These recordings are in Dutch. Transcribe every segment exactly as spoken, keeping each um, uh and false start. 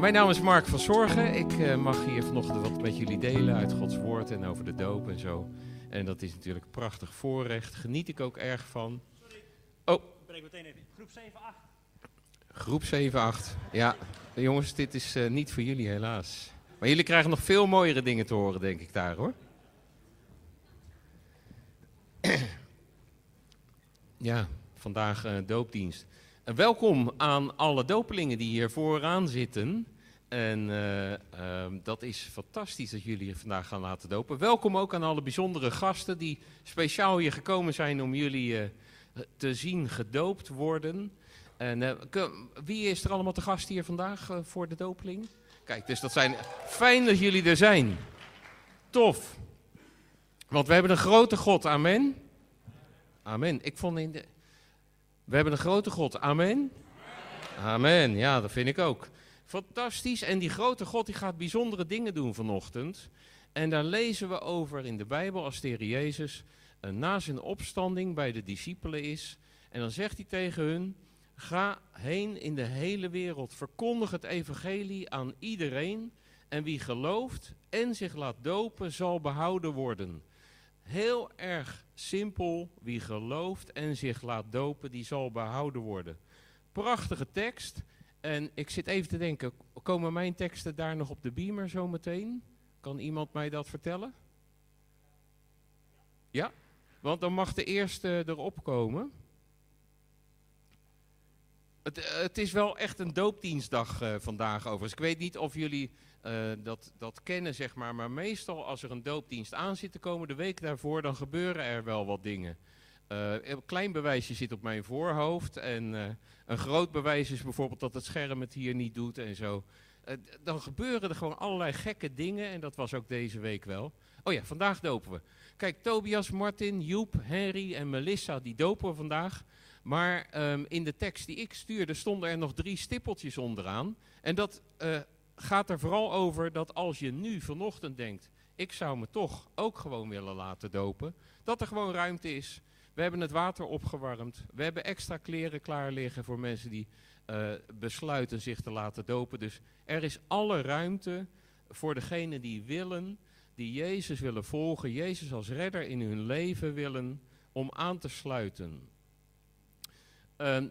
Mijn naam is Mark van Zorgen. Ik uh, mag hier vanochtend wat met jullie delen uit Gods woord en over de doop en zo. En dat is natuurlijk een prachtig voorrecht. Geniet ik ook erg van. Sorry. Oh. Ik breek meteen even. Groep zeven acht. Groep zeven acht. Ja, jongens, dit is uh, niet voor jullie helaas. Maar jullie krijgen nog veel mooiere dingen te horen, denk ik daar, hoor. Ja, vandaag uh, doopdienst. Uh, welkom aan alle dopelingen die hier vooraan zitten. En uh, uh, dat is fantastisch dat jullie je vandaag gaan laten dopen. Welkom ook aan alle bijzondere gasten die speciaal hier gekomen zijn om jullie uh, te zien gedoopt worden. En uh, wie is er allemaal te gast hier vandaag uh, voor de dopeling? Kijk, dus dat zijn fijn dat jullie er zijn. Tof. Want we hebben een grote God, amen. Amen. Ik vond in de... We hebben een grote God, amen. Amen, ja, dat vind ik ook. Fantastisch. En die grote God die gaat bijzondere dingen doen vanochtend. En daar lezen we over in de Bijbel als de Heer Jezus uh, na zijn opstanding bij de discipelen is. En dan zegt hij tegen hun: ga heen in de hele wereld, verkondig het evangelie aan iedereen. En wie gelooft en zich laat dopen zal behouden worden. Heel erg simpel, wie gelooft en zich laat dopen, die zal behouden worden. Prachtige tekst. En ik zit even te denken, komen mijn teksten daar nog op de beamer zo meteen? Kan iemand mij dat vertellen? Ja? Want dan mag de eerste erop komen. Het, het is wel echt een doopdienstdag uh, vandaag overigens. Ik weet niet of jullie uh, dat, dat kennen, zeg maar. Maar meestal als er een doopdienst aan zit te komen, de week daarvoor, dan gebeuren er wel wat dingen. Uh, een klein bewijsje zit op mijn voorhoofd. En uh, een groot bewijs is bijvoorbeeld dat het scherm het hier niet doet en zo. Uh, dan gebeuren er gewoon allerlei gekke dingen. En dat was ook deze week wel. Oh ja, vandaag dopen we. Kijk, Tobias, Martin, Joep, Henry en Melissa, die dopen we vandaag. Maar um, in de tekst die ik stuurde stonden er nog drie stippeltjes onderaan. En dat uh, gaat er vooral over dat als je nu vanochtend denkt, ik zou me toch ook gewoon willen laten dopen, dat er gewoon ruimte is. We hebben het water opgewarmd. We hebben extra kleren klaar liggen voor mensen die uh, besluiten zich te laten dopen. Dus er is alle ruimte voor degenen die willen, die Jezus willen volgen, Jezus als redder in hun leven willen, om aan te sluiten. Uh,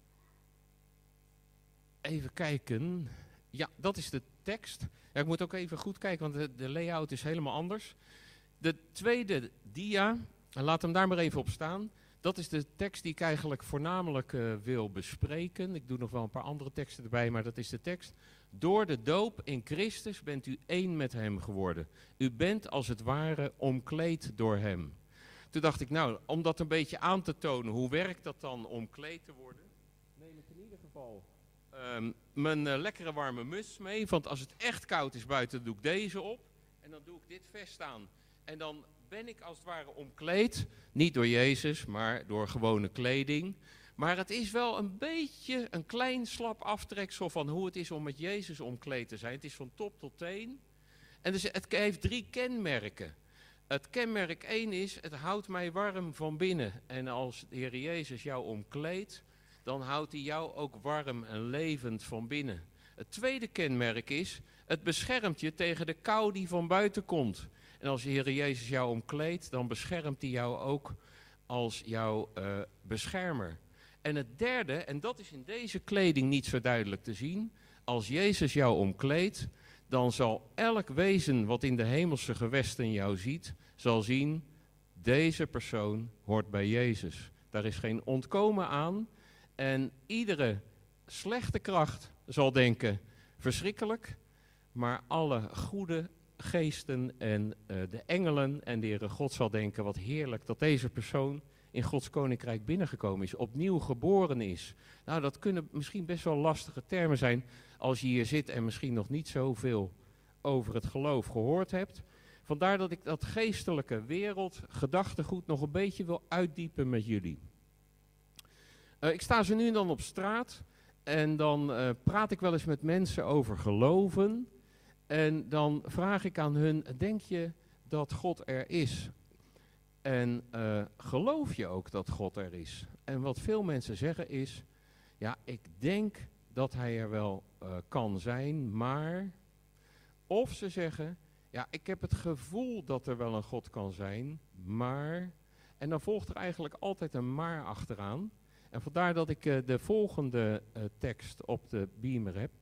even kijken. Ja, dat is de tekst. Ja, ik moet ook even goed kijken, want de, de layout is helemaal anders. De tweede dia, laat hem daar maar even op staan. Dat is de tekst die ik eigenlijk voornamelijk uh, wil bespreken. Ik doe nog wel een paar andere teksten erbij, maar dat is de tekst. Door de doop in Christus bent u één met hem geworden. U bent als het ware omkleed door hem. Toen dacht ik, nou, om dat een beetje aan te tonen, hoe werkt dat dan om kleed te worden? Neem ik in ieder geval um, mijn uh, lekkere warme muts mee. Want als het echt koud is buiten, doe ik deze op. En dan doe ik dit vest aan. En dan ben ik als het ware omkleed. Niet door Jezus, maar door gewone kleding. Maar het is wel een beetje een klein slap aftreksel van hoe het is om met Jezus omkleed te zijn. Het is van top tot teen. En dus het heeft drie kenmerken. Het kenmerk één is, het houdt mij warm van binnen. En als de Heer Jezus jou omkleedt, dan houdt hij jou ook warm en levend van binnen. Het tweede kenmerk is, het beschermt je tegen de kou die van buiten komt. En als de Heer Jezus jou omkleedt, dan beschermt hij jou ook als jouw uh, beschermer. En het derde, en dat is in deze kleding niet zo duidelijk te zien, als Jezus jou omkleedt, dan zal elk wezen wat in de hemelse gewesten jou ziet, zal zien, deze persoon hoort bij Jezus. Daar is geen ontkomen aan. En iedere slechte kracht zal denken, verschrikkelijk. Maar alle goede geesten en uh, de engelen en de Heere God zal denken, wat heerlijk dat deze persoon in Gods koninkrijk binnengekomen is, opnieuw geboren is. Nou, dat kunnen misschien best wel lastige termen zijn als je hier zit en misschien nog niet zoveel over het geloof gehoord hebt. Vandaar dat ik dat geestelijke wereld, gedachtegoed nog een beetje wil uitdiepen met jullie. Uh, ik sta zo nu en dan op straat en dan uh, praat ik wel eens met mensen over geloven. En dan vraag ik aan hun, denk je dat God er is? En uh, geloof je ook dat God er is? En wat veel mensen zeggen is, ja, ik denk dat hij er wel uh, kan zijn, maar... Of ze zeggen, ja, ik heb het gevoel dat er wel een God kan zijn, maar... En dan volgt er eigenlijk altijd een maar achteraan. En vandaar dat ik uh, de volgende uh, tekst op de beamer heb.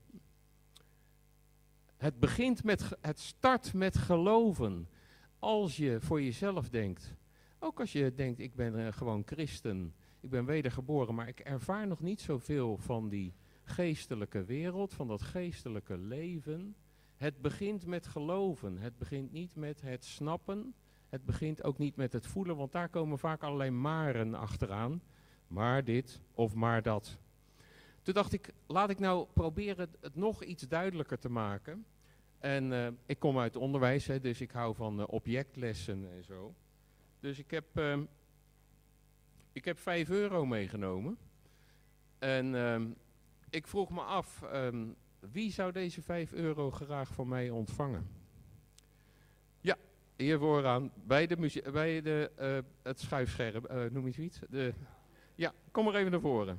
Het begint met, ge- het start met geloven. Als je voor jezelf denkt, ook als je denkt, ik ben uh, gewoon christen, ik ben wedergeboren, maar ik ervaar nog niet zoveel van die geestelijke wereld, van dat geestelijke leven. Het begint met geloven. Het begint niet met het snappen. Het begint ook niet met het voelen, want daar komen vaak allerlei maren achteraan. Maar dit of maar dat. Toen dacht ik, laat ik nou proberen het nog iets duidelijker te maken. En uh, ik kom uit het onderwijs, hè, dus ik hou van uh, objectlessen en zo. Dus ik heb, uh, ik heb vijf euro meegenomen. En uh, ik vroeg me af, uh, wie zou deze vijf euro graag van mij ontvangen? Ja, hier vooraan, bij, de muzie- bij de, uh, het schuifscherm, uh, noem je zoiets? De, ja, kom maar even naar voren.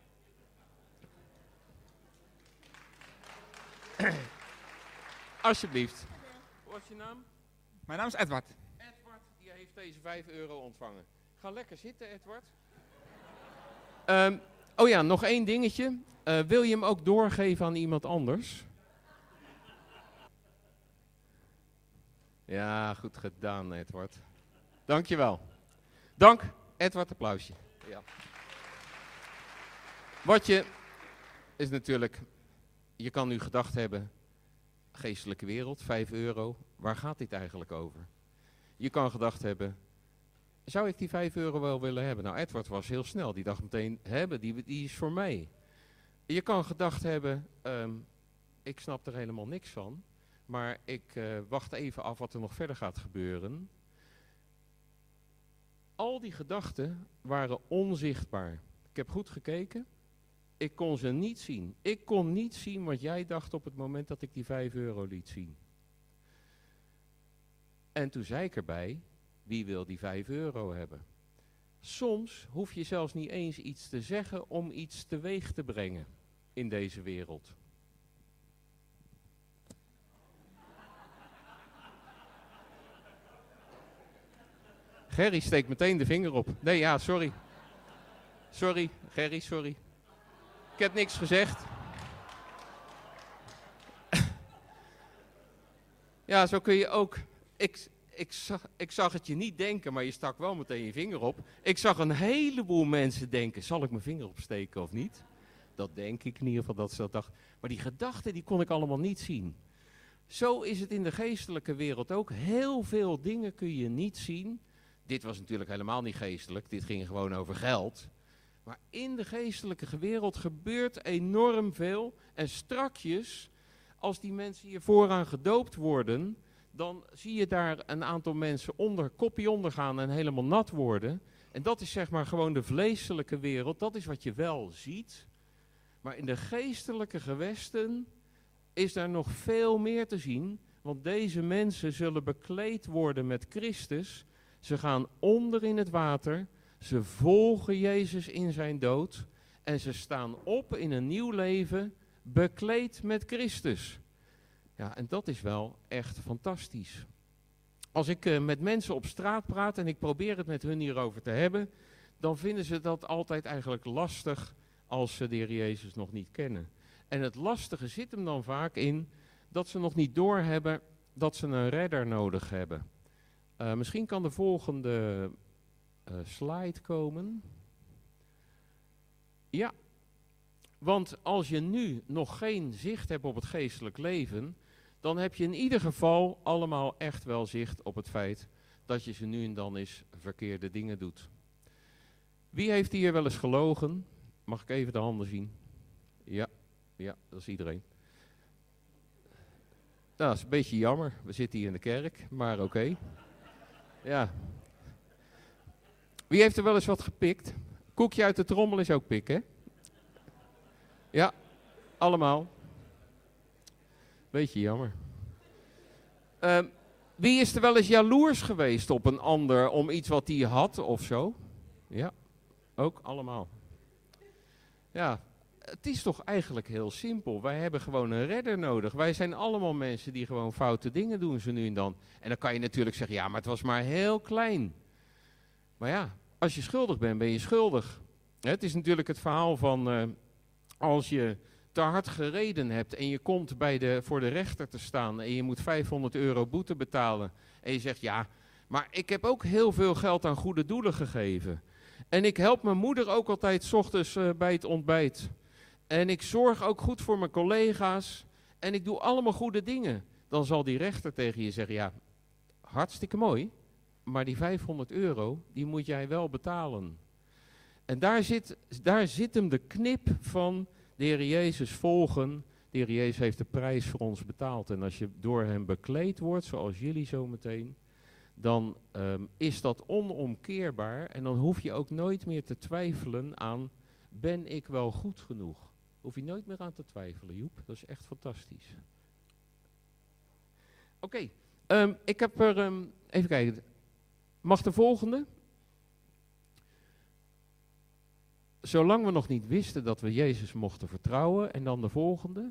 Alsjeblieft. Wat is je naam? Mijn naam is Edward. Edward, die heeft deze vijf euro ontvangen. Ga lekker zitten, Edward. Um, oh ja, nog één dingetje. Uh, wil je hem ook doorgeven aan iemand anders? Ja, goed gedaan, Edward. Dankjewel. Dank, Edward, applausje. Ja. Wat je is natuurlijk, je kan nu gedacht hebben, geestelijke wereld, vijf euro, waar gaat dit eigenlijk over? Je kan gedacht hebben, zou ik die vijf euro wel willen hebben? Nou, Edward was heel snel, die dacht meteen, hebben, die, die is voor mij. Je kan gedacht hebben, um, ik snap er helemaal niks van, maar ik uh, wacht even af wat er nog verder gaat gebeuren. Al die gedachten waren onzichtbaar. Ik heb goed gekeken. Ik kon ze niet zien. Ik kon niet zien wat jij dacht op het moment dat ik die vijf euro liet zien. En toen zei ik erbij, wie wil die vijf euro hebben? Soms hoef je zelfs niet eens iets te zeggen om iets teweeg te brengen in deze wereld. Gerry steekt meteen de vinger op. Nee, ja, sorry. Sorry, Gerry, sorry. Ik heb niks gezegd. Ja, zo kun je ook... Ik, ik, zag, ik zag het je niet denken, maar je stak wel meteen je vinger op. Ik zag een heleboel mensen denken, zal ik mijn vinger opsteken of niet? Dat denk ik in ieder geval, dat ze dat dachten. Maar die gedachten, die kon ik allemaal niet zien. Zo is het in de geestelijke wereld ook. Heel veel dingen kun je niet zien. Dit was natuurlijk helemaal niet geestelijk, dit ging gewoon over geld. Maar in de geestelijke wereld gebeurt enorm veel. En strakjes, als die mensen hier vooraan gedoopt worden, dan zie je daar een aantal mensen onder, koppie onder gaan en helemaal nat worden. En dat is zeg maar gewoon de vleeselijke wereld, dat is wat je wel ziet. Maar in de geestelijke gewesten is daar nog veel meer te zien. Want deze mensen zullen bekleed worden met Christus. Ze gaan onder in het water. Ze volgen Jezus in zijn dood en ze staan op in een nieuw leven, bekleed met Christus. Ja, en dat is wel echt fantastisch. Als ik uh, met mensen op straat praat en ik probeer het met hun hierover te hebben, dan vinden ze dat altijd eigenlijk lastig als ze de Heer Jezus nog niet kennen. En het lastige zit hem dan vaak in dat ze nog niet doorhebben dat ze een redder nodig hebben. Uh, misschien kan de volgende... Uh, slide komen. Ja, want als je nu nog geen zicht hebt op het geestelijk leven, dan heb je in ieder geval allemaal echt wel zicht op het feit dat je ze nu en dan eens verkeerde dingen doet. Wie heeft hier wel eens gelogen? Mag ik even de handen zien? Ja, ja, dat is iedereen. Nou, dat is een beetje jammer. We zitten hier in de kerk, maar oké. Okay. Ja. Wie heeft er wel eens wat gepikt? Koekje uit de trommel is ook pikken, hè? Ja, allemaal. Beetje jammer. Uh, wie is er wel eens jaloers geweest op een ander om iets wat hij had of zo? Ja, ook allemaal. Ja, het is toch eigenlijk heel simpel. Wij hebben gewoon een redder nodig. Wij zijn allemaal mensen die gewoon foute dingen doen zo nu en dan. En dan kan je natuurlijk zeggen, ja, maar het was maar heel klein. Maar ja, als je schuldig bent, ben je schuldig. Het is natuurlijk het verhaal van uh, als je te hard gereden hebt en je komt bij de, voor de rechter te staan en je moet vijfhonderd euro boete betalen. En je zegt, ja, maar ik heb ook heel veel geld aan goede doelen gegeven. En ik help mijn moeder ook altijd 's ochtends uh, bij het ontbijt. En ik zorg ook goed voor mijn collega's. En ik doe allemaal goede dingen. Dan zal die rechter tegen je zeggen, ja, hartstikke mooi. Maar die vijfhonderd euro, die moet jij wel betalen. En daar zit, daar zit hem de knip van de Heer Jezus volgen. De Heer Jezus heeft de prijs voor ons betaald. En als je door hem bekleed wordt, zoals jullie zometeen, dan um, is dat onomkeerbaar. En dan hoef je ook nooit meer te twijfelen aan, ben ik wel goed genoeg? Hoef je nooit meer aan te twijfelen, Joep. Dat is echt fantastisch. Oké, okay, um, ik heb er, um, even kijken, mag de volgende? Zolang we nog niet wisten dat we Jezus mochten vertrouwen, en dan de volgende.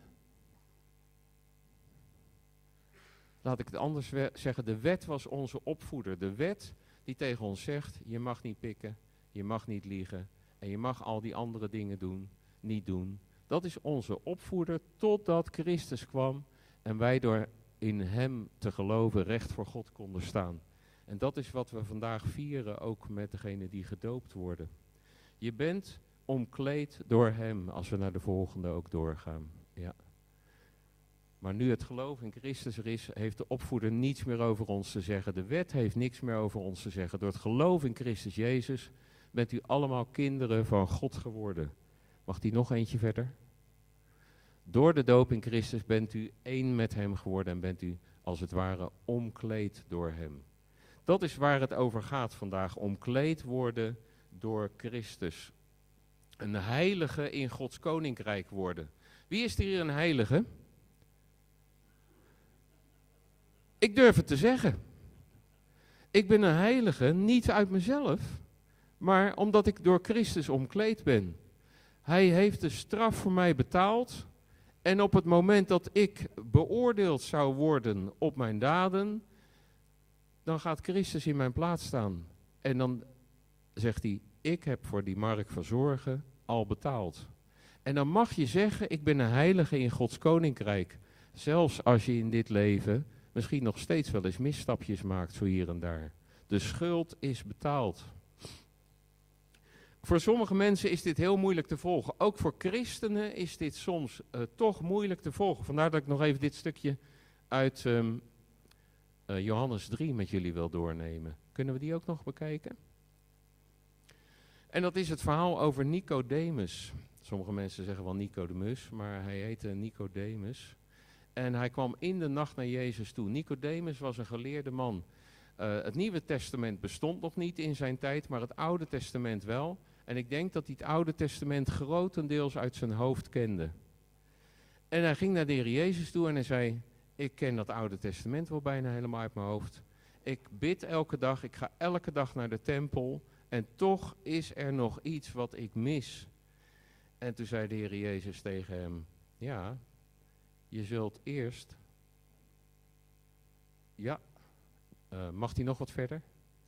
Laat ik het anders zeggen, de wet was onze opvoeder. De wet die tegen ons zegt, je mag niet pikken, je mag niet liegen en je mag al die andere dingen doen, niet doen. Dat is onze opvoeder totdat Christus kwam en wij door in hem te geloven recht voor God konden staan. En dat is wat we vandaag vieren, ook met degenen die gedoopt worden. Je bent omkleed door hem, als we naar de volgende ook doorgaan. Ja. Maar nu het geloof in Christus er is, heeft de opvoeder niets meer over ons te zeggen. De wet heeft niks meer over ons te zeggen. Door het geloof in Christus Jezus bent u allemaal kinderen van God geworden. Mag die nog eentje verder? Door de doop in Christus bent u één met hem geworden en bent u als het ware omkleed door hem. Dat is waar het over gaat vandaag, omkleed worden door Christus. Een heilige in Gods koninkrijk worden. Wie is er hier een heilige? Ik durf het te zeggen. Ik ben een heilige, niet uit mezelf, maar omdat ik door Christus omkleed ben. Hij heeft de straf voor mij betaald. En op het moment dat ik beoordeeld zou worden op mijn daden, dan gaat Christus in mijn plaats staan. En dan zegt hij, ik heb voor die mark van zorgen al betaald. En dan mag je zeggen, ik ben een heilige in Gods koninkrijk. Zelfs als je in dit leven misschien nog steeds wel eens misstapjes maakt, zo hier en daar. De schuld is betaald. Voor sommige mensen is dit heel moeilijk te volgen. Ook voor christenen is dit soms uh, toch moeilijk te volgen. Vandaar dat ik nog even dit stukje uit um, uh, Johannes drie met jullie wil doornemen. Kunnen we die ook nog bekijken? En dat is het verhaal over Nicodemus. Sommige mensen zeggen wel Nicodemus, maar hij heette Nicodemus. En hij kwam in de nacht naar Jezus toe. Nicodemus was een geleerde man. Uh, het Nieuwe Testament bestond nog niet in zijn tijd, maar het Oude Testament wel. En ik denk dat hij het Oude Testament grotendeels uit zijn hoofd kende. En hij ging naar de Heer Jezus toe en hij zei, ik ken dat Oude Testament wel bijna helemaal uit mijn hoofd. Ik bid elke dag, ik ga elke dag naar de tempel en toch is er nog iets wat ik mis. En toen zei de Heer Jezus tegen hem, ja, je zult eerst, ja, uh, mag hij nog wat verder?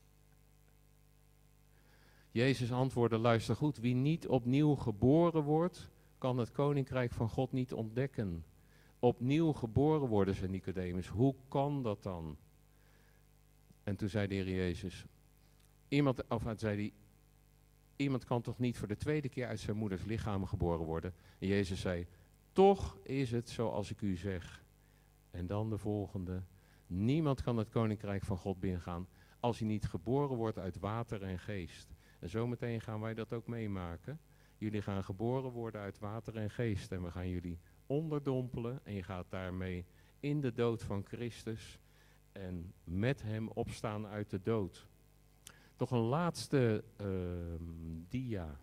Jezus antwoordde, luister goed, wie niet opnieuw geboren wordt, kan het koninkrijk van God niet ontdekken. Opnieuw geboren worden, zei Nicodemus, hoe kan dat dan? En toen zei de Heer Jezus, iemand, of zei hij, iemand kan toch niet voor de tweede keer uit zijn moeders lichaam geboren worden? En Jezus zei, toch is het zoals ik u zeg. En dan de volgende, niemand kan het koninkrijk van God binnengaan als hij niet geboren wordt uit water en geest. En zometeen gaan wij dat ook meemaken. Jullie gaan geboren worden uit water en geest. En we gaan jullie onderdompelen. En je gaat daarmee in de dood van Christus. En met hem opstaan uit de dood. Toch een laatste uh, dia.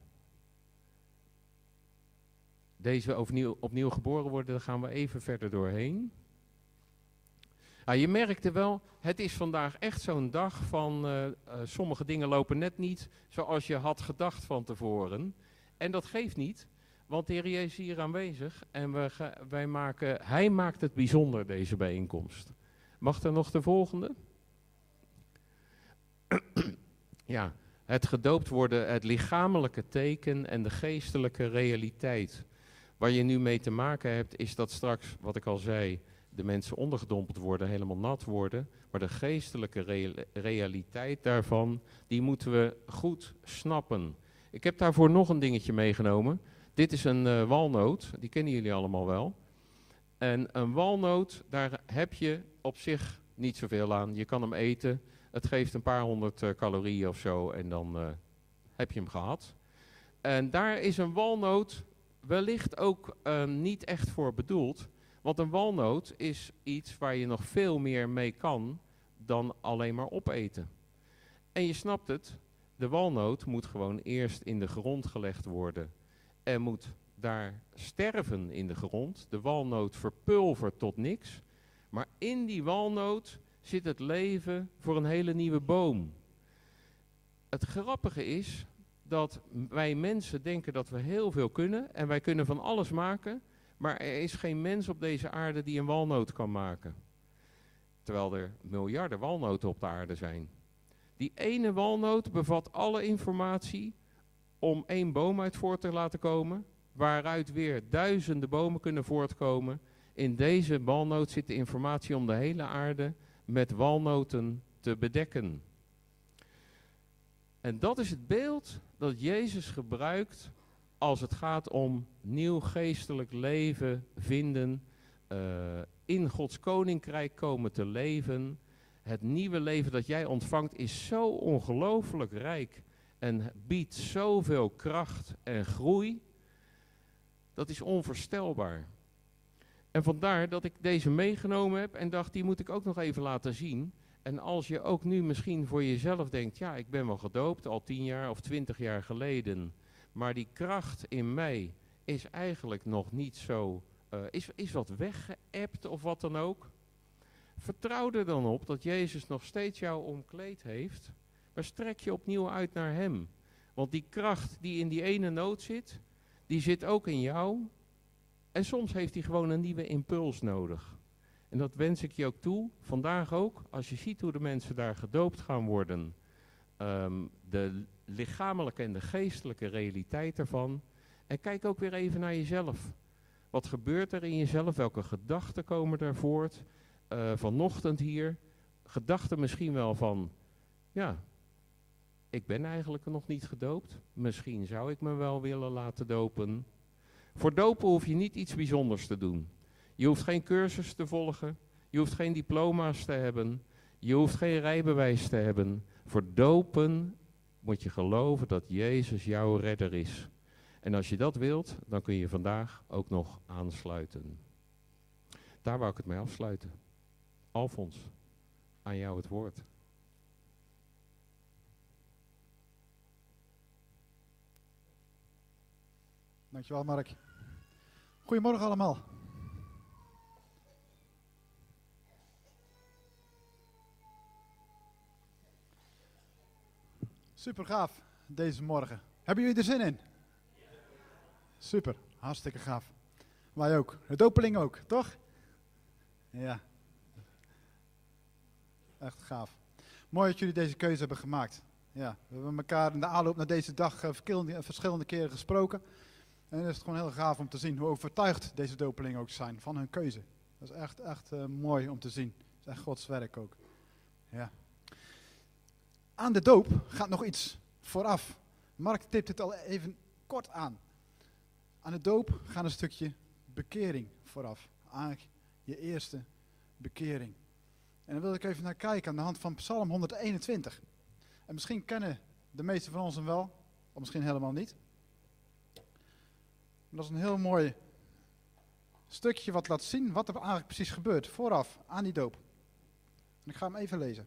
Deze opnieuw, opnieuw geboren worden, daar gaan we even verder doorheen. Ah, je merkte wel, het is vandaag echt zo'n dag van uh, uh, sommige dingen lopen net niet zoals je had gedacht van tevoren. En dat geeft niet, Want de Heer Jezus is hier aanwezig en we ga, wij maken, hij maakt het bijzonder, deze bijeenkomst. Mag er nog de volgende? Ja, het gedoopt worden, het lichamelijke teken en de geestelijke realiteit. Waar je nu mee te maken hebt, is dat straks, wat ik al zei, de mensen ondergedompeld worden, helemaal nat worden. Maar de geestelijke rea- realiteit daarvan, die moeten we goed snappen. Ik heb daarvoor nog een dingetje meegenomen. Dit is een uh, walnoot, die kennen jullie allemaal wel. En een walnoot, daar heb je op zich niet zoveel aan. Je kan hem eten, het geeft een paar honderd uh, calorieën of zo en dan uh, heb je hem gehad. En daar is een walnoot wellicht ook uh, niet echt voor bedoeld. Want een walnoot is iets waar je nog veel meer mee kan dan alleen maar opeten. En je snapt het, de walnoot moet gewoon eerst in de grond gelegd worden. En moet daar sterven in de grond. De walnoot verpulvert tot niks. Maar in die walnoot zit het leven voor een hele nieuwe boom. Het grappige is dat wij mensen denken dat we heel veel kunnen. En wij kunnen van alles maken. Maar er is geen mens op deze aarde die een walnoot kan maken. Terwijl er miljarden walnoten op de aarde zijn. Die ene walnoot bevat alle informatie om één boom uit voort te laten komen, waaruit weer duizenden bomen kunnen voortkomen. In deze walnoot zit de informatie om de hele aarde met walnoten te bedekken. En dat is het beeld dat Jezus gebruikt als het gaat om nieuw geestelijk leven vinden, uh, in Gods koninkrijk komen te leven. Het nieuwe leven dat jij ontvangt is zo ongelooflijk rijk en biedt zoveel kracht en groei. Dat is onvoorstelbaar. En vandaar dat ik deze meegenomen heb en dacht, die moet ik ook nog even laten zien. En als je ook nu misschien voor jezelf denkt, ja, ik ben wel gedoopt, al tien jaar of twintig jaar geleden. Maar die kracht in mij is eigenlijk nog niet zo, uh, is, is wat weggeëpt of wat dan ook. Vertrouw er dan op dat Jezus nog steeds jou omkleed heeft. Maar strek je opnieuw uit naar hem. Want die kracht die in die ene noot zit, die zit ook in jou. En soms heeft hij gewoon een nieuwe impuls nodig. En dat wens ik je ook toe, vandaag ook. Als je ziet hoe de mensen daar gedoopt gaan worden. Um, de lichamelijke en de geestelijke realiteit ervan. En kijk ook weer even naar jezelf. Wat gebeurt er in jezelf? Welke gedachten komen er voort? Uh, vanochtend hier. Gedachten misschien wel van, ja, ik ben eigenlijk nog niet gedoopt. Misschien zou ik me wel willen laten dopen. Voor dopen hoef je niet iets bijzonders te doen. Je hoeft geen cursus te volgen. Je hoeft geen diploma's te hebben. Je hoeft geen rijbewijs te hebben. Voor dopen moet je geloven dat Jezus jouw redder is. En als je dat wilt, dan kun je vandaag ook nog aansluiten. Daar wou ik het mee afsluiten. Alfons, aan jou het woord. Dankjewel, Mark. Goedemorgen allemaal. Super gaaf deze morgen. Hebben jullie er zin in? Super, hartstikke gaaf. Wij ook. De dopeling ook, toch? Ja. Echt gaaf. Mooi dat jullie deze keuze hebben gemaakt. Ja, we hebben elkaar in de aanloop naar deze dag uh, verschillende, verschillende keren gesproken. En het is gewoon heel gaaf om te zien hoe overtuigd deze dopelingen ook zijn van hun keuze. Dat is echt, echt uh, mooi om te zien. Dat is echt Gods werk ook. Ja. Aan de doop gaat nog iets vooraf. Mark tipt het al even kort aan. Aan de doop gaat een stukje bekering vooraf. Aan je eerste bekering. En daar wil ik even naar kijken aan de hand van Psalm honderdeenentwintig. En misschien kennen de meesten van ons hem wel, of misschien helemaal niet. Maar dat is een heel mooi stukje wat laat zien wat er eigenlijk precies gebeurt vooraf aan die doop. En ik ga hem even lezen.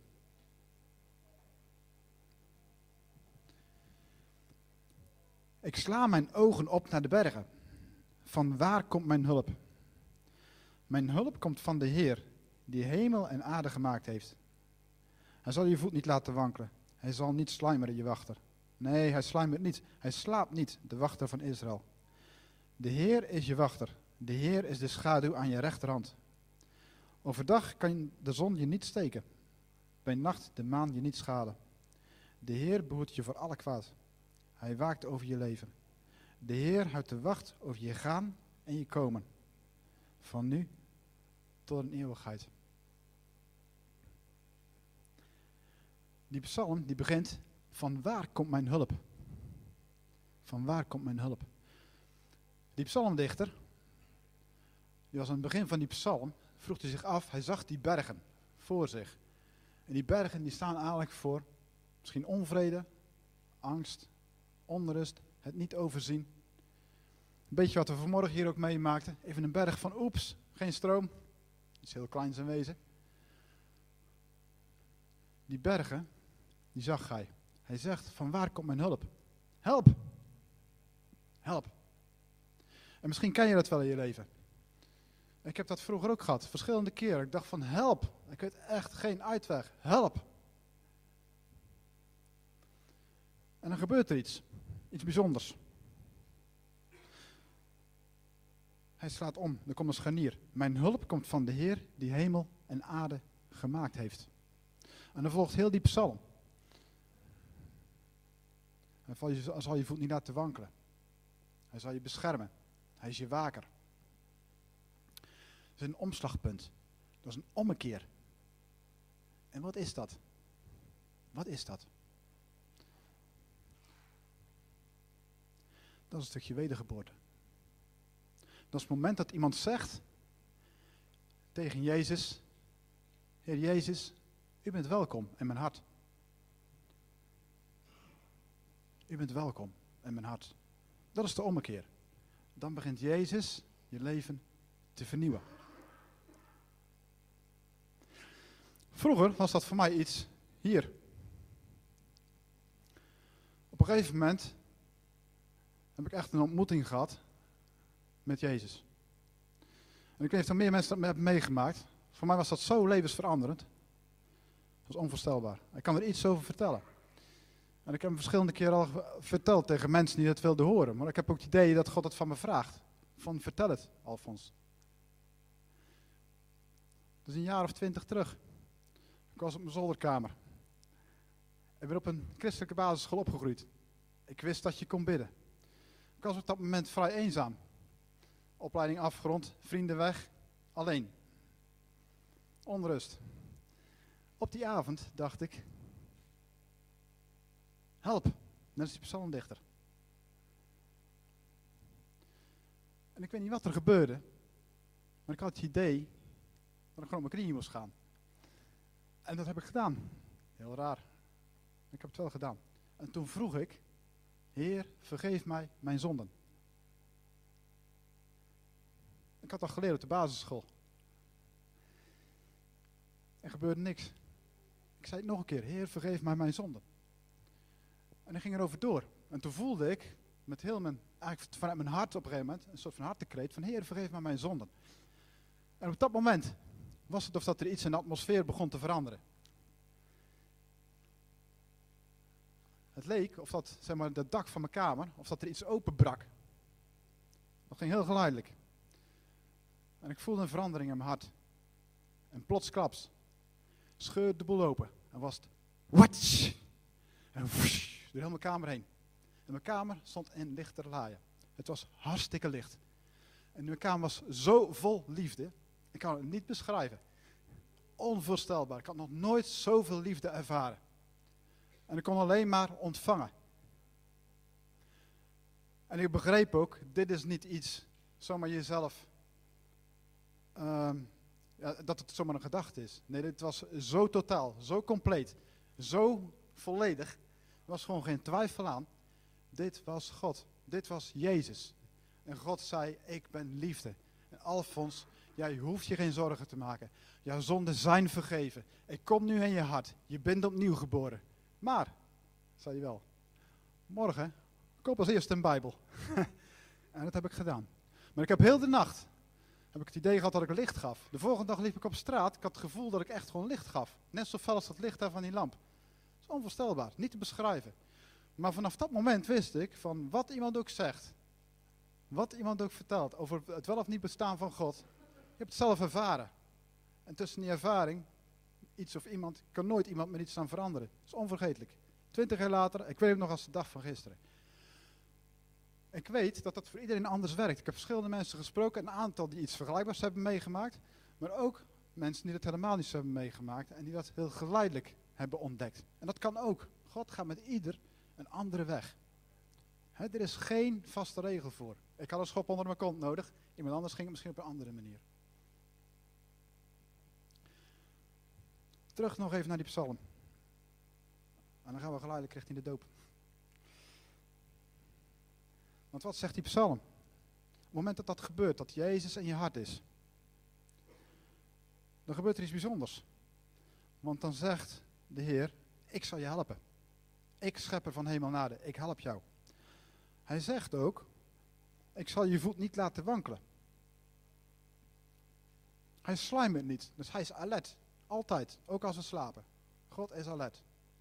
Ik sla mijn ogen op naar de bergen. Van waar komt mijn hulp? Mijn hulp komt van de Heer, die hemel en aarde gemaakt heeft. Hij zal je voet niet laten wankelen. Hij zal niet sluimeren, je wachter. Nee, hij sluimert niet. Hij slaapt niet, de wachter van Israël. De Heer is je wachter. De Heer is de schaduw aan je rechterhand. Overdag kan de zon je niet steken. Bij nacht de maan je niet schaden. De Heer behoedt je voor alle kwaad. Hij waakt over je leven. De Heer houdt de wacht over je gaan en je komen. Van nu tot een eeuwigheid. Die psalm die begint, van waar komt mijn hulp? Van waar komt mijn hulp? Die psalmdichter, die was aan het begin van die psalm, vroeg hij zich af, hij zag die bergen voor zich. En die bergen die staan eigenlijk voor misschien onvrede, angst, onrust, het niet overzien. Een beetje wat we vanmorgen hier ook meemaakten. Even een berg van oeps, geen stroom. Iets heel kleins in wezen. Die bergen, die zag hij. Hij zegt, van waar komt mijn hulp? Help! Help! En misschien ken je dat wel in je leven. Ik heb dat vroeger ook gehad, verschillende keren. Ik dacht van help, ik weet echt geen uitweg. Help! En dan gebeurt er iets. Iets bijzonders. Hij slaat om, er komt een scharnier. Mijn hulp komt van de Heer die hemel en aarde gemaakt heeft. En dan volgt heel die psalm. Hij zal je voet niet laten wankelen. Hij zal je beschermen. Hij is je waker. Dat is een omslagpunt. Dat is een ommekeer. En wat is dat? Wat is dat? Dat is een stukje wedergeboorte. Dat is het moment dat iemand zegt tegen Jezus, Heer Jezus, u bent welkom in mijn hart. U bent welkom in mijn hart. Dat is de ommekeer. Dan begint Jezus je leven te vernieuwen. Vroeger was dat voor mij iets hier. Op een gegeven moment heb ik echt een ontmoeting gehad met Jezus. En ik weet niet of er meer mensen dat hebben meegemaakt. Voor mij was dat zo levensveranderend. Dat was onvoorstelbaar. Ik kan er iets over vertellen. En ik heb hem verschillende keren al verteld tegen mensen die het wilden horen. Maar ik heb ook het idee dat God het van me vraagt. Van vertel het, Alfons. Dat is een jaar of twintig terug. Ik was op mijn zolderkamer. Ik ben op een christelijke basisschool opgegroeid. Ik wist dat je kon bidden. Ik was op dat moment vrij eenzaam. Opleiding afgerond, vrienden weg, alleen. Onrust. Op die avond dacht ik, help, net als die psalmdichter. En ik weet niet wat er gebeurde, maar ik had het idee dat ik gewoon op mijn knieën moest gaan. En dat heb ik gedaan. Heel raar. Ik heb het wel gedaan. En toen vroeg ik, Heer, vergeef mij mijn zonden. Ik had dat geleerd op de basisschool. Er gebeurde niks. Ik zei het nog een keer, Heer, vergeef mij mijn zonden. En ik ging erover door. En toen voelde ik, met heel mijn, eigenlijk vanuit mijn hart op een gegeven moment, een soort van hartekreet van, Heer, vergeef mij mijn zonden. En op dat moment was het of dat er iets in de atmosfeer begon te veranderen. Het leek of dat, zeg maar, het dak van mijn kamer, of dat er iets openbrak. Dat ging heel geleidelijk. En ik voelde een verandering in mijn hart. En plotsklaps scheurde de boel open. En was het watsch! En woesh, door heel mijn kamer heen. En mijn kamer stond in lichterlaaien. Het was hartstikke licht. En mijn kamer was zo vol liefde. Ik kan het niet beschrijven. Onvoorstelbaar. Ik had nog nooit zoveel liefde ervaren. En ik kon alleen maar ontvangen. En ik begreep ook, dit is niet iets, zomaar jezelf, um, ja, dat het zomaar een gedachte is. Nee, dit was zo totaal, zo compleet, zo volledig. Er was gewoon geen twijfel aan. Dit was God, dit was Jezus. En God zei, ik ben liefde. En Alfons, jij hoeft je geen zorgen te maken. Jouw zonden zijn vergeven. Ik kom nu in je hart. Je bent opnieuw geboren. Maar, zei je wel, morgen koop als eerste een Bijbel. En dat heb ik gedaan. Maar ik heb heel de nacht, heb ik het idee gehad dat ik licht gaf. De volgende dag liep ik op straat, ik had het gevoel dat ik echt gewoon licht gaf. Net zo fel als dat licht daar van die lamp. Dat is onvoorstelbaar, niet te beschrijven. Maar vanaf dat moment wist ik, van wat iemand ook zegt, Wat iemand ook vertelt over het wel of niet bestaan van God, je hebt het zelf ervaren. En tussen die ervaring, iets of iemand, kan nooit iemand meer iets aan veranderen. Dat is onvergetelijk. Twintig jaar later, ik weet het nog als de dag van gisteren. Ik weet dat dat voor iedereen anders werkt. Ik heb verschillende mensen gesproken, een aantal die iets vergelijkbaars hebben meegemaakt, maar ook mensen die dat helemaal niet zo hebben meegemaakt en die dat heel geleidelijk hebben ontdekt. En dat kan ook. God gaat met ieder een andere weg. He, er is geen vaste regel voor. Ik had een schop onder mijn kont nodig, iemand anders ging het misschien op een andere manier. Terug nog even naar die psalm. En dan gaan we geleidelijk richting de doop. Want wat zegt die psalm? Op het moment dat dat gebeurt, dat Jezus in je hart is, dan gebeurt er iets bijzonders. Want dan zegt de Heer, ik zal je helpen. Ik schepper van hemel en aarde, ik help jou. Hij zegt ook, ik zal je voet niet laten wankelen. Hij sluimert niet, dus hij is alert. Altijd, ook als we slapen. God is alert.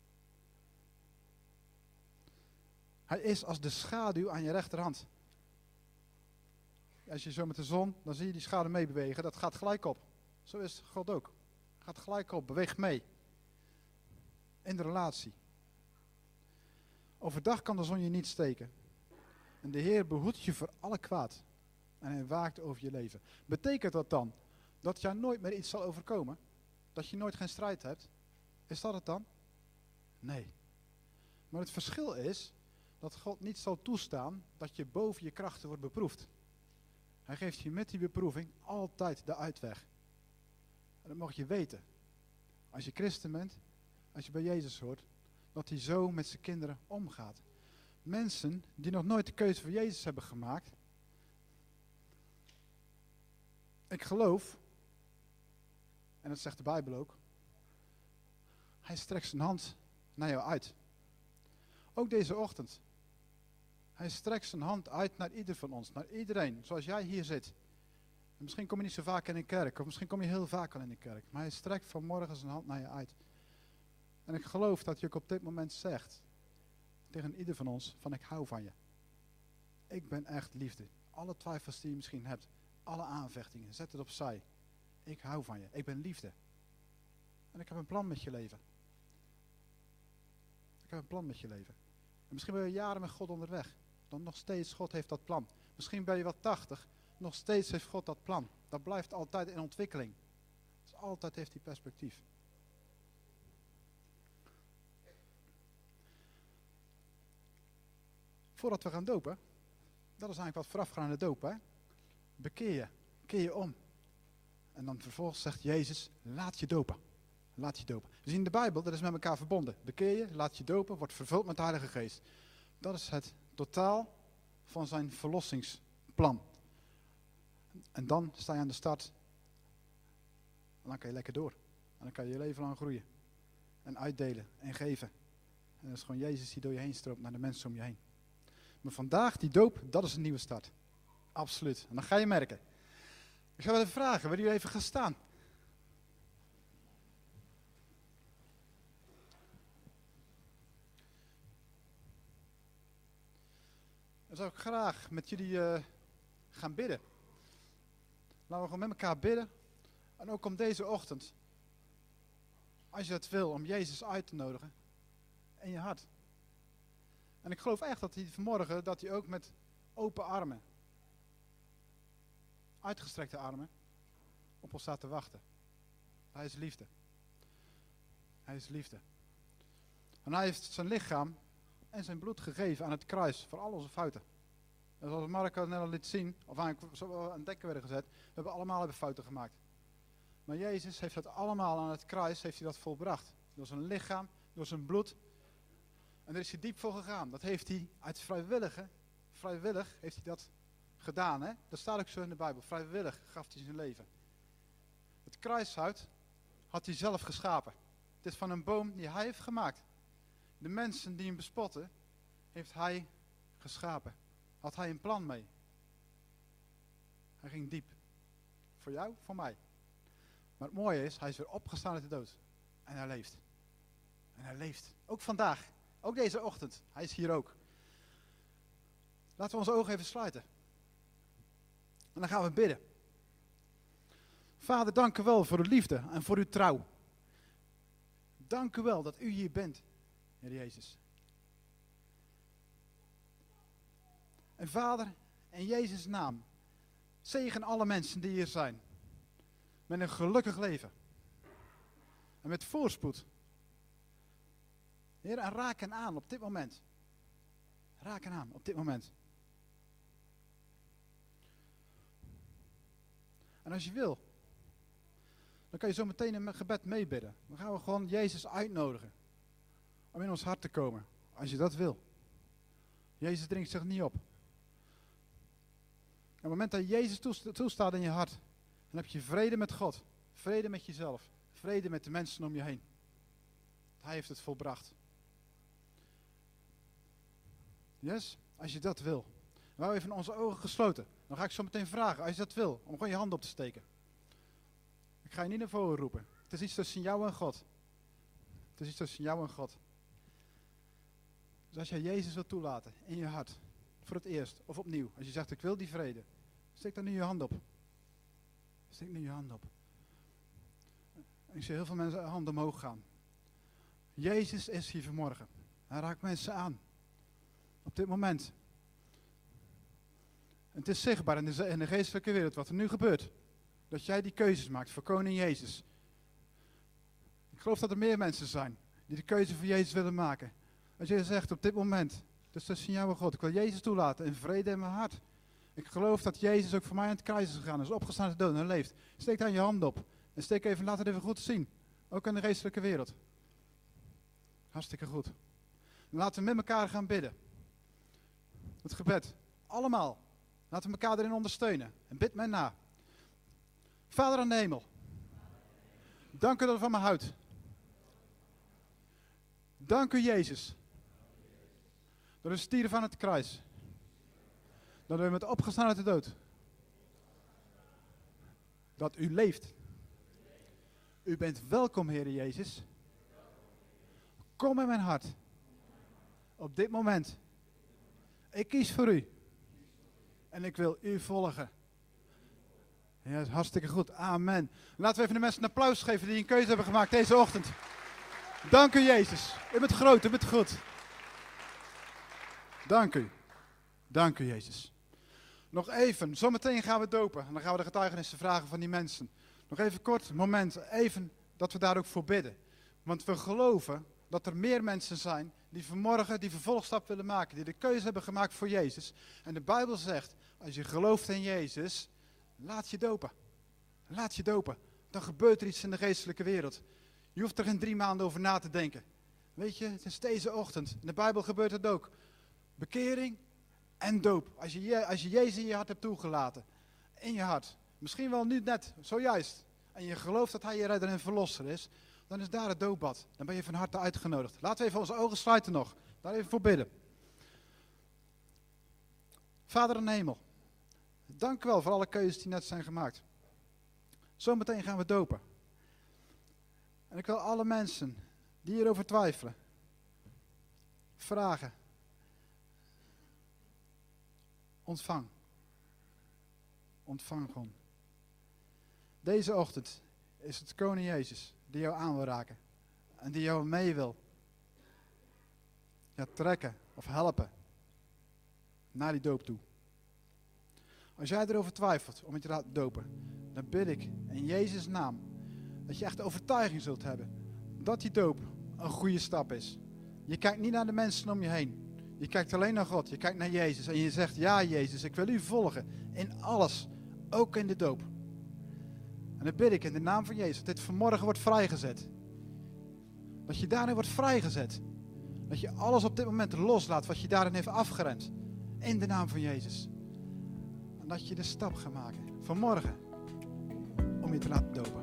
Hij is als de schaduw aan je rechterhand. Als je zo met de zon, dan zie je die schaduw meebewegen, dat gaat gelijk op. Zo is God ook. Gaat gelijk op, beweegt mee. In de relatie. Overdag kan de zon je niet steken. En de Heer behoedt je voor alle kwaad. En hij waakt over je leven. Betekent dat dan dat jou nooit meer iets zal overkomen? Dat je nooit geen strijd hebt? Is dat het dan? Nee. Maar het verschil is dat God niet zal toestaan dat je boven je krachten wordt beproefd. Hij geeft je met die beproeving altijd de uitweg. En dat mag je weten. Als je christen bent, als je bij Jezus hoort, dat hij zo met zijn kinderen omgaat. Mensen die nog nooit de keuze voor Jezus hebben gemaakt. Ik geloof, en dat zegt de Bijbel ook, hij strekt zijn hand naar jou uit. Ook deze ochtend. Hij strekt zijn hand uit naar ieder van ons, naar iedereen, zoals jij hier zit. En misschien kom je niet zo vaak in de kerk, of misschien kom je heel vaak al in de kerk. Maar hij strekt vanmorgen zijn hand naar je uit. En ik geloof dat je ook op dit moment zegt, tegen ieder van ons, van ik hou van je. Ik ben echt liefde. Alle twijfels die je misschien hebt, alle aanvechtingen, zet het opzij. Ik hou van je. Ik ben liefde. En ik heb een plan met je leven. Ik heb een plan met je leven. En misschien ben je jaren met God onderweg. Dan nog steeds, God heeft dat plan. Misschien ben je wel tachtig. Nog steeds heeft God dat plan. Dat blijft altijd in ontwikkeling. Dus altijd heeft hij perspectief. Voordat we gaan dopen. Dat is eigenlijk wat voorafgaat aan de doop. Hè? Bekeer je. Keer je om. En dan vervolgens zegt Jezus, laat je dopen. Laat je dopen. We zien in de Bijbel, dat is met elkaar verbonden. Bekeer je, laat je dopen, wordt vervuld met de Heilige Geest. Dat is het totaal van zijn verlossingsplan. En dan sta je aan de start. En dan kan je lekker door. En dan kan je je leven lang groeien. En uitdelen en geven. En dat is gewoon Jezus die door je heen stroomt naar de mensen om je heen. Maar vandaag, die doop, dat is een nieuwe start. Absoluut. En dan ga je merken. Ik ga wel even vragen, willen jullie even gaan staan? Dan zou ik graag met jullie uh, gaan bidden. Laten we gewoon met elkaar bidden. En ook om deze ochtend. Als je het wil, om Jezus uit te nodigen. In je hart. En ik geloof echt dat hij vanmorgen, dat hij ook met open armen. Uitgestrekte armen. Op ons staat te wachten. Hij is liefde. Hij is liefde. En hij heeft zijn lichaam en zijn bloed gegeven aan het kruis voor al onze fouten. En zoals Marco net al liet zien, of eigenlijk zo aan het dekken werden gezet, we hebben allemaal hebben fouten gemaakt. Maar Jezus heeft dat allemaal aan het kruis, heeft hij dat volbracht. Door zijn lichaam, door zijn bloed. En daar is hij diep voor gegaan. Dat heeft hij uit vrijwillige, vrijwillig heeft hij dat gedaan. Hè? Dat staat ook zo in de Bijbel. Vrijwillig gaf hij zijn leven. Het kruishout had hij zelf geschapen. Het is van een boom die hij heeft gemaakt. De mensen die hem bespotten, heeft hij geschapen. Had hij een plan mee. Hij ging diep. Voor jou, voor mij. Maar het mooie is, hij is weer opgestaan uit de dood. En hij leeft. En hij leeft. Ook vandaag. Ook deze ochtend. Hij is hier ook. Laten we onze ogen even sluiten. En dan gaan we bidden. Vader, dank u wel voor uw liefde en voor uw trouw. Dank u wel dat u hier bent, Heer Jezus. En Vader, in Jezus' naam, zegen alle mensen die hier zijn. Met een gelukkig leven. En met voorspoed. Heer, en raak hen aan op dit moment. Raak hen aan op dit moment. En als je wil, dan kan je zo meteen in mijn gebed meebidden. Dan gaan we gewoon Jezus uitnodigen. Om in ons hart te komen. Als je dat wil. Jezus dringt zich niet op. Op het moment dat Jezus toestaat in je hart, dan heb je vrede met God. Vrede met jezelf. Vrede met de mensen om je heen. Hij heeft het volbracht. Yes? Als je dat wil. We houden even onze ogen gesloten. Dan ga ik zo meteen vragen, als je dat wil, om gewoon je hand op te steken. Ik ga je niet naar voren roepen. Het is iets tussen jou en God. Het is iets tussen jou en God. Dus als jij Jezus wilt toelaten in je hart, voor het eerst of opnieuw, als je zegt ik wil die vrede, steek dan nu je hand op. Steek nu je hand op. En ik zie heel veel mensen handen omhoog gaan. Jezus is hier vanmorgen. Hij raakt mensen aan. Op dit moment. En het is zichtbaar in de, in de geestelijke wereld wat er nu gebeurt. Dat jij die keuzes maakt voor koning Jezus. Ik geloof dat er meer mensen zijn die de keuze voor Jezus willen maken. Als je zegt op dit moment, het is tussen jou en God, ik wil Jezus toelaten in vrede in mijn hart. Ik geloof dat Jezus ook voor mij aan het kruis is gegaan, is opgestaan uit de dood en leeft. Steek dan je hand op en steek even, laat het even goed zien. Ook in de geestelijke wereld. Hartstikke goed. En laten we met elkaar gaan bidden. Het gebed. Allemaal. Laten we elkaar erin ondersteunen. En bid mij na. Vader aan de hemel. Dank u dat u van me houdt. Dank u Jezus. Dat u stierf aan het kruis. Dat u met opgestaan uit de dood. Dat u leeft. U bent welkom, Heer Jezus. Kom in mijn hart. Op dit moment. Ik kies voor u. En ik wil u volgen. Ja, dat is hartstikke goed. Amen. Laten we even de mensen een applaus geven die een keuze hebben gemaakt deze ochtend. Dank u Jezus. U bent groot, u bent goed. Dank u. Dank u Jezus. Nog even, zometeen gaan we dopen. En dan gaan we de getuigenissen vragen van die mensen. Nog even kort, moment, even dat we daar ook voor bidden. Want we geloven dat er meer mensen zijn die vanmorgen die vervolgstap willen maken. Die de keuze hebben gemaakt voor Jezus. En de Bijbel zegt, als je gelooft in Jezus, laat je dopen. Laat je dopen. Dan gebeurt er iets in de geestelijke wereld. Je hoeft er geen drie maanden over na te denken. Weet je, het is deze ochtend. In de Bijbel gebeurt het ook. Bekering en doop. Als je, als je Jezus in je hart hebt toegelaten. In je hart. Misschien wel nu net, zojuist. En je gelooft dat hij je redder en verlosser is. Dan is daar het doopbad. Dan ben je van harte uitgenodigd. Laten we even onze ogen sluiten nog. Daar even voor bidden. Vader in de hemel. Dank u wel voor alle keuzes die net zijn gemaakt. Zometeen gaan we dopen. En ik wil alle mensen die hierover twijfelen, vragen. Ontvang. Ontvang gewoon. Deze ochtend is het koning Jezus die jou aan wil raken. En die jou mee wil. Ja, trekken of helpen. Naar die doop toe. Als jij erover twijfelt om je te laten dopen, dan bid ik in Jezus' naam dat je echt de overtuiging zult hebben dat die doop een goede stap is. Je kijkt niet naar de mensen om je heen. Je kijkt alleen naar God. Je kijkt naar Jezus en je zegt, ja Jezus, ik wil u volgen in alles, ook in de doop. En dan bid ik in de naam van Jezus dat dit vanmorgen wordt vrijgezet. Dat je daarin wordt vrijgezet. Dat je alles op dit moment loslaat wat je daarin heeft afgerend. In de naam van Jezus. En dat je de stap gaat maken vanmorgen om je te laten dopen.